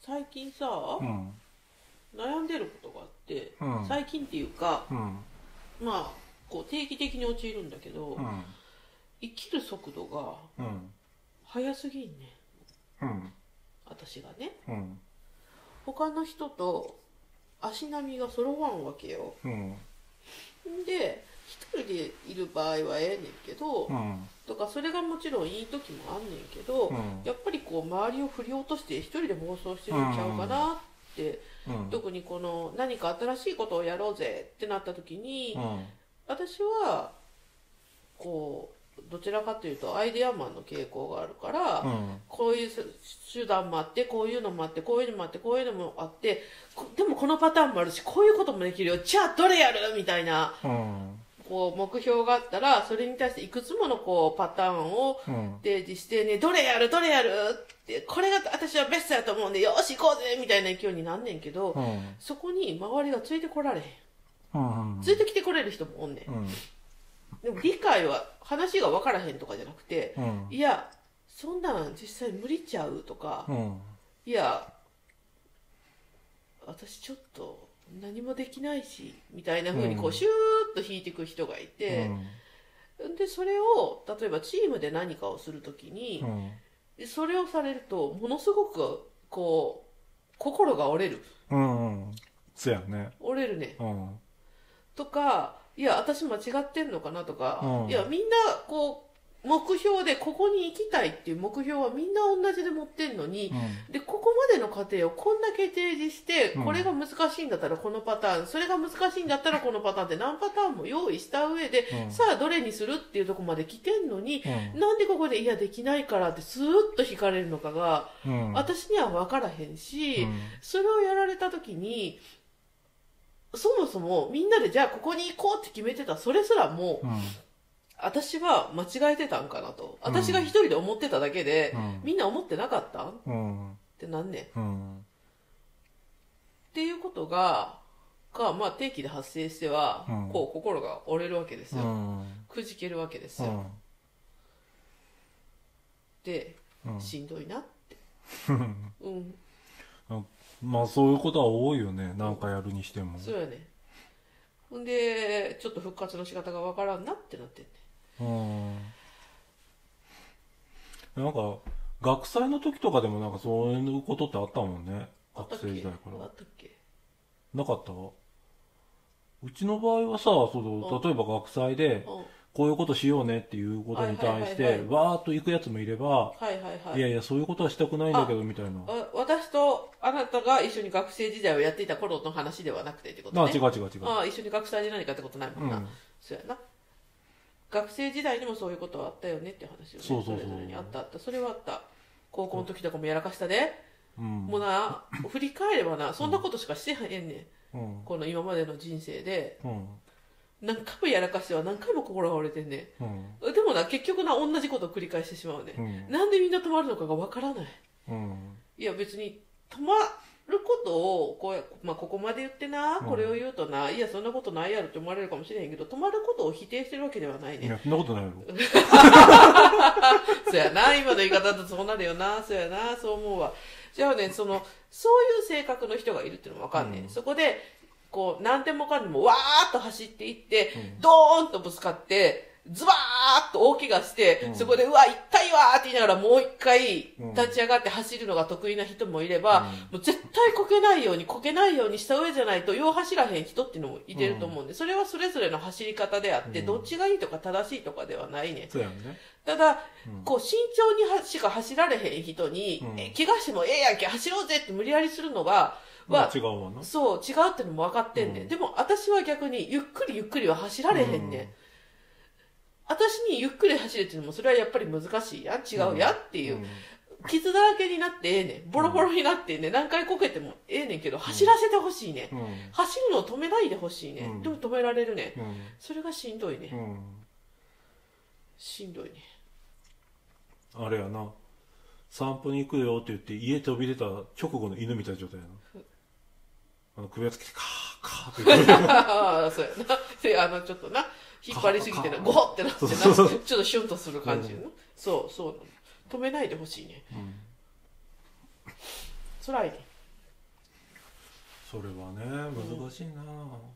最近さ、 うん。 悩んでることがあって、 うん。 最近っていうか、 うん。 まあこう定期的に陥るんだけど、 うん。 生きる速度がうん。 速すぎんね。 うん。 私がね、 うん。 他の人と足並みが揃わんわけよ。 うん。 で、一人でいる場合はええねんけど、 うん。 とかそれがもちろんいい時もあんねんけど、 うん。 やっぱりこう周りを振り落として一人で妄想してるんちゃうかなって、 うん。 特にこの何か新しいことをやろうぜってなった時に、 うん。 私はこうどちらかというとアイデアマンの傾向があるから、 うん。 こういう手段もあって、こういうのもあって、こういうのもあって、こういうのもあって、でもこのパターンもあるし、こういうこともできるよ、じゃあどれやるみたいな、 うん。 こう目標があったら、それに対していくつものこうパターンを提示してね、どれやるどれやるって、これが私はベストやと思うんで、よし行こうぜみたいな勢いになんねんけど、 うん。 そこに周りがついてこられへん。 うん。 ついてきてくれる人もおんねん。 うん。 でも理解は、話が分からへんとかじゃなくて、 うん。 いや、そんなん実際無理ちゃうとか、 うん。 いや、私ちょっと何もできないし、みたいな風にこうシューッと引いていく人がいて、で、それを、例えばチームで何かをするときに、それをされると、ものすごく、こう、心が折れる。 うん。うん。そうやね。 折れるね。 うん。 とか、いや、私間違ってんのかなとか、 うん。 いや、みんな、こう、目標でここに行きたいっていう目標はみんな同じで持ってんのに、で、ここまでの過程をこんだけ提示して、これが難しいんだったらこのパターン、それが難しいんだったらこのパターンって何パターンも用意した上で、さあどれにするっていうところまで来てんのに、なんでここでいやできないからってスーッと引かれるのかが、私には分からへんし、それをやられた時に、そもそもみんなでじゃあここに行こうって決めてたそれすらも、私は間違えてたんかなと。私が一人で思ってただけで、みんな思ってなかったんってなんねん。っていうことが、まあ定期で発生しては、こう心が折れるわけですよ。くじけるわけですよ。で、しんどいなって。 まあそういうことは多いよね。なんかやるにしても。 そうやね。ほんで、ちょっと復活の仕方がわからんなってなってんね。 なんか学祭の時とかでもなんかそういうことってあったもんね。学生時代から。 あったっけ？ なかった？うちの場合はさ、例えば学祭でこういうことしようねっていうことに対してわーっと行くやつもいれば、いやいやそういうことはしたくないんだけどみたいな。 私とあなたが一緒に学生時代をやっていた頃の話ではなくてってことね。 違う。 一緒に学祭で何かってことないもんな。そうやな。学生時代にもそういうことはあったよねって話をね。それぞれにあった。それはあった。高校の時とかもやらかしたで。もうな、振り返ればな、そんなことしかしてへんねん。この今までの人生で。何回もやらかしては何回も心が折れてんねん。でもな、結局な、同じことを繰り返してしまうね。なんでみんな止まるのかがわからない。いや別に、止まることをここまで言ってな、これを言うとな、いやそんなことないやろって思われるかもしれへんけど、止まることを否定してるわけではないね。 いやそんなことないよ。 そうやな、今の言い方だとそうなるよな。そうやな、そう思うわ。じゃあね、そういう性格の人がいるっていうのもわかんねん。そこでこう何でもかんでもわーっと走っていって、ドーンとぶつかってズバーッと大怪我して、そこでうわ痛いわーって言いながらもう一回立ち上がって走るのが得意な人もいれば、もう絶対こけないようにした上じゃないとよう走らへん人っていうのもいてると思うんで、それはそれぞれの走り方であって、どっちがいいとか正しいとかではないね。 そうやね。 ただ、こう慎重にしか走られへん人に、怪我してもええやんけ走ろうぜって無理やりするのが違うわな。 そう違うってのも分かってんねん。でも私は逆にゆっくりは走られへんねん。私にゆっくり走れっていうのもそれはやっぱり難しいやん、違うやっていう、傷だらけになってええねん、ボロボロになってね、何回こけてもええねんけど、走らせてほしいねん、走るのを止めないでほしいねん、でも止められるねん、それがしんどいね、しんどいね。 あれやな、散歩に行くよって言って家飛び出た直後の犬みたいな状態やな。首輪つけてカーカーって言ってああそうやな、ちょっとな引っ張りすぎてな、ゴホってなってな、ちょっとシュンとする感じの、そう止めないでほしいね。辛いね。 それはね難しいな、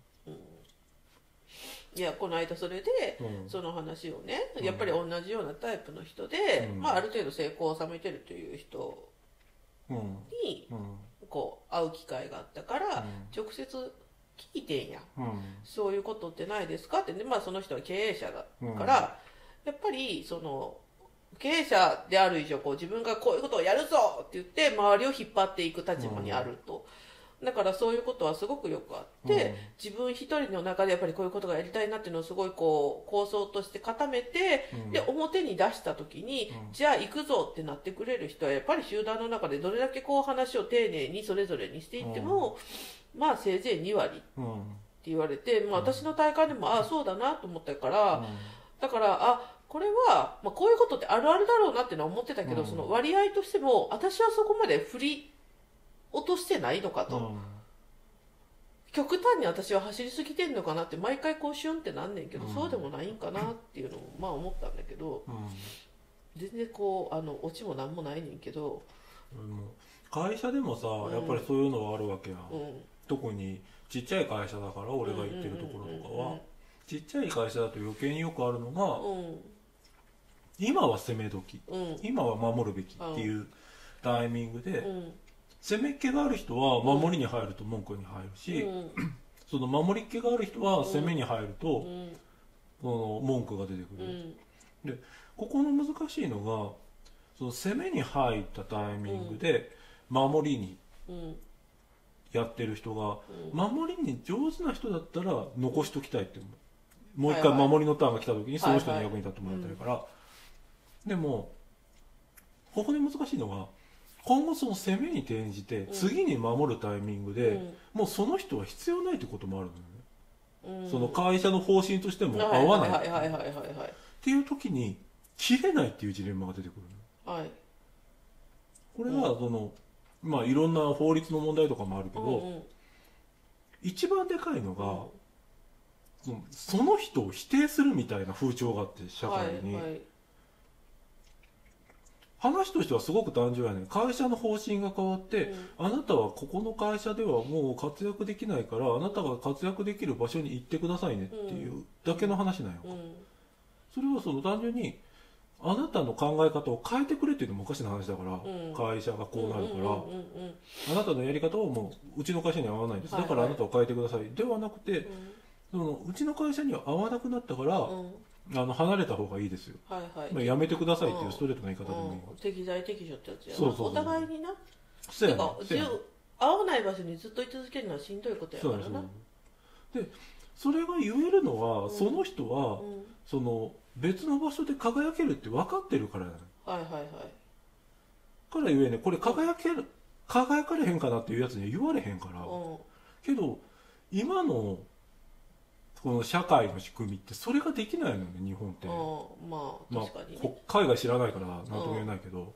いやこの間それで、その話をね、やっぱり同じようなタイプの人で、ある程度成功を収めてるという人に、こう会う機会があったから、直接聞いてんや、そういうことってないですかってね、その人は経営者だから、やっぱりその経営者である以上、こう自分がこういうことをやるぞって言って周りを引っ張っていく立場にあると、だからそういうことはすごくよくあって、自分一人の中でやっぱりこういうことがやりたいなっていうのをすごいこう構想として固めて、で表に出した時に、じゃあ行くぞってなってくれる人はやっぱり集団の中でどれだけこう話を丁寧にそれぞれにしていっても、せいぜい2割って言われて、私の大会でもそうだなと思ったから、だからこれは、こういうことってあるあるだろうなっていうのは思ってたけど、その割合としても私はそこまで振り落としてないのかと、極端に私は走りすぎてんのかなって毎回こうシュンってなんねんけど、そうでもないんかなっていうのも思ったんだけど、全然こうオチもなんもないねんけど、 会社でもさ、やっぱりそういうのはあるわけや、特にちっちゃい会社だから、俺が行ってるところとかはちっちゃい会社だと余計によくあるのが、今は攻め時、今は守るべきっていうタイミングで、攻めっ気がある人は守りに入ると文句に入るし、その守りっ気がある人は攻めに入ると、その文句が出てくる、でここの難しいのが、その攻めに入ったタイミングで守りにやってる人が、守りに上手な人だったら残しときたいって思う。もう一回守りのターンが来た時にその人に役に立ってもらいたいから、でもここで難しいのが、今後その攻めに転じて次に守るタイミングで、もうその人は必要ないってこともあるのよね、その会社の方針としても合わないっていう時に切れないっていうジレンマが出てくるの、これはその、いろんな法律の問題とかもあるけど、一番でかいのが、その人を否定するみたいな風潮があって、社会に、話としてはすごく単純やねん。会社の方針が変わって、あなたはここの会社ではもう活躍できないから、あなたが活躍できる場所に行ってくださいねっていうだけの話なんよ、それはその単純にあなたの考え方を変えてくれっていうのもおかしな話だから、会社がこうなるから、あなたのやり方をもううちの会社には合わないです、だからあなたを変えてくださいではなくて、そのうちの会社には合わなくなったから、離れた方がいいですよ、やめてくださいっていうストレートな言い方でもいい、 適材適所ってやつやな。お互いにな、合わない場所にずっと居続けるのはしんどいことやからな。 でそれが言えるのは、その人は、その別の場所で輝けるって分かってるからやね、から言えね、これ輝かれへんかなっていうやつには言われへんから、けど今のこの社会の仕組みってそれができないのね、日本って。 確かにね、 海外知らないから何とも言えないけど、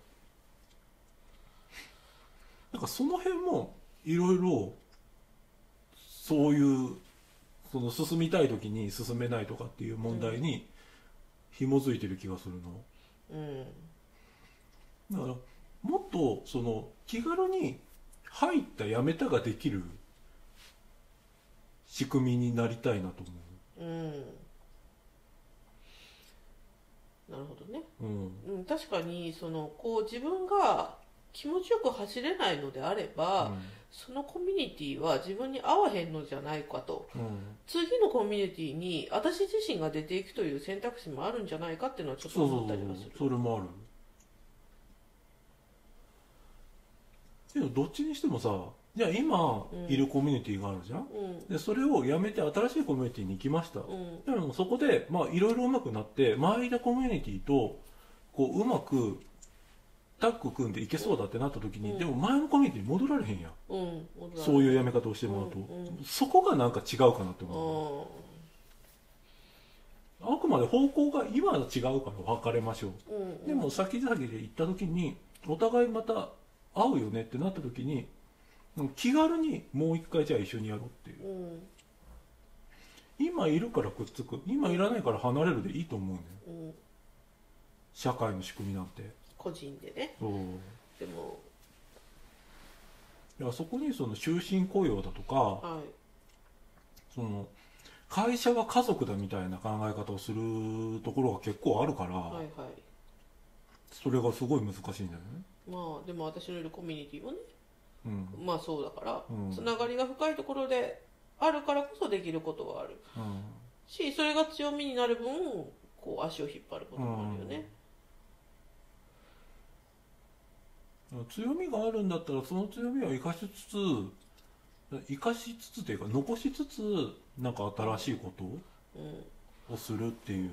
なんかその辺もいろいろそういうその進みたい時に進めないとかっていう問題に紐づいてる気がするの、だからもっとその気軽に入ったやめたができる仕組みになりたいなと思う。 なるほどね。確かにそのこう自分が気持ちよく走れないのであれば、そのコミュニティは自分に合わへんのじゃないかと、次のコミュニティに私自身が出ていくという選択肢もあるんじゃないかっていうのはちょっと思ったりはする。 それもあるけど、どっちにしてもさ、じゃあ今いるコミュニティがあるじゃん、でそれをやめて新しいコミュニティに行きました、でもそこでいろいろうまくなって前いたコミュニティとこううまくタッグ組んでいけそうだってなった時に、でも前のコミュニティに戻られへんや、そういうやめ方をしてもらうと、そこがなんか違うかなって思う、あくまで方向が今は違うから別れましょう、でも先々で行った時にお互いまた会うよねってなった時に気軽にもう一回じゃあ一緒にやろうっていう、今いるからくっつく、今いらないから離れるでいいと思うね、社会の仕組みなんて個人でね。でもいやそこにその終身雇用だとか、 はい、 その会社は家族だみたいな考え方をするところが結構あるから、 はいはい、 それがすごい難しいんだよね。 まあでも私のいるコミュニティもね、 うん、 まあそうだから、 うん、 つながりが深いところであるからこそできることはある、 うん、 し、それが強みになる分こう足を引っ張ることもあるよね、 強みがあるんだったらその強みを生かしつつというか残しつつなんか新しいことをするっていう、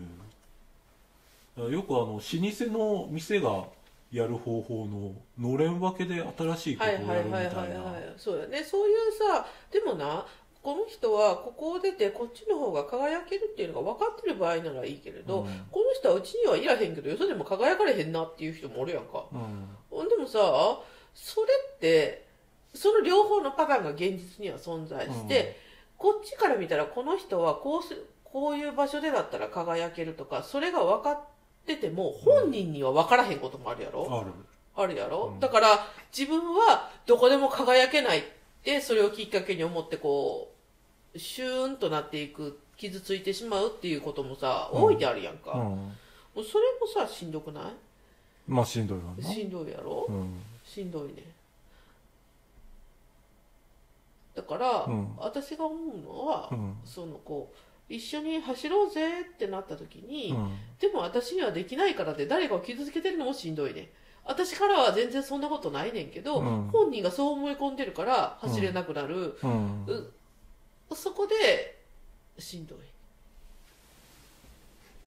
よく老舗の店がやる方法ののれん分けで新しいことをやるみたいな。 そうだね。そういうさ、でもな、この人はここを出てこっちの方が輝けるっていうのが分かってる場合ならいいけれど、この人はうちにはいらへんけどよそでも輝かれへんなっていう人もおるやんか、でもさ、それってその両方のパターンが現実には存在して、こっちから見たらこの人はこういう場所でだったら輝けるとか、それが分かってても本人には分からへんこともあるやろ、あるやろ、だから自分はどこでも輝けないってそれをきっかけに思ってこうシューンとなっていく、傷ついてしまうっていうこともさ、多いであるやんか、もうそれもさしんどくない？ まあしんどいわな。 しんどいやろ、しんどいね。だから、私が思うのは、そのこう一緒に走ろうぜってなった時に、でも私にはできないからで誰かを傷つけてるのもしんどいね。私からは全然そんなことないねんけど、本人がそう思い込んでるから走れなくなる、そこでしんどい。